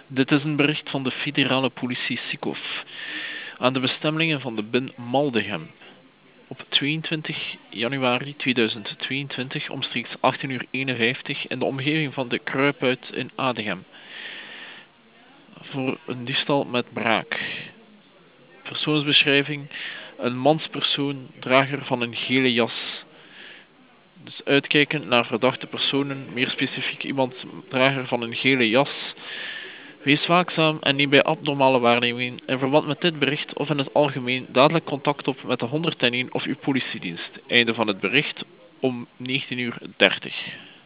Dit is een bericht van de federale politie Sikov aan de bestemmelingen van de bin Maldegem. Op 22 januari 2022 omstreeks 18:51 in de omgeving van de Kruipuit in Adegem. Voor een diefstal met braak. Persoonsbeschrijving: een manspersoon, drager van een gele jas. Dus uitkijken naar verdachte personen, meer specifiek iemand drager van een gele jas. Wees waakzaam en neem bij abnormale waarnemingen in verband met dit bericht of in het algemeen dadelijk contact op met de 101 of uw politiedienst. Einde van het bericht om 19:30.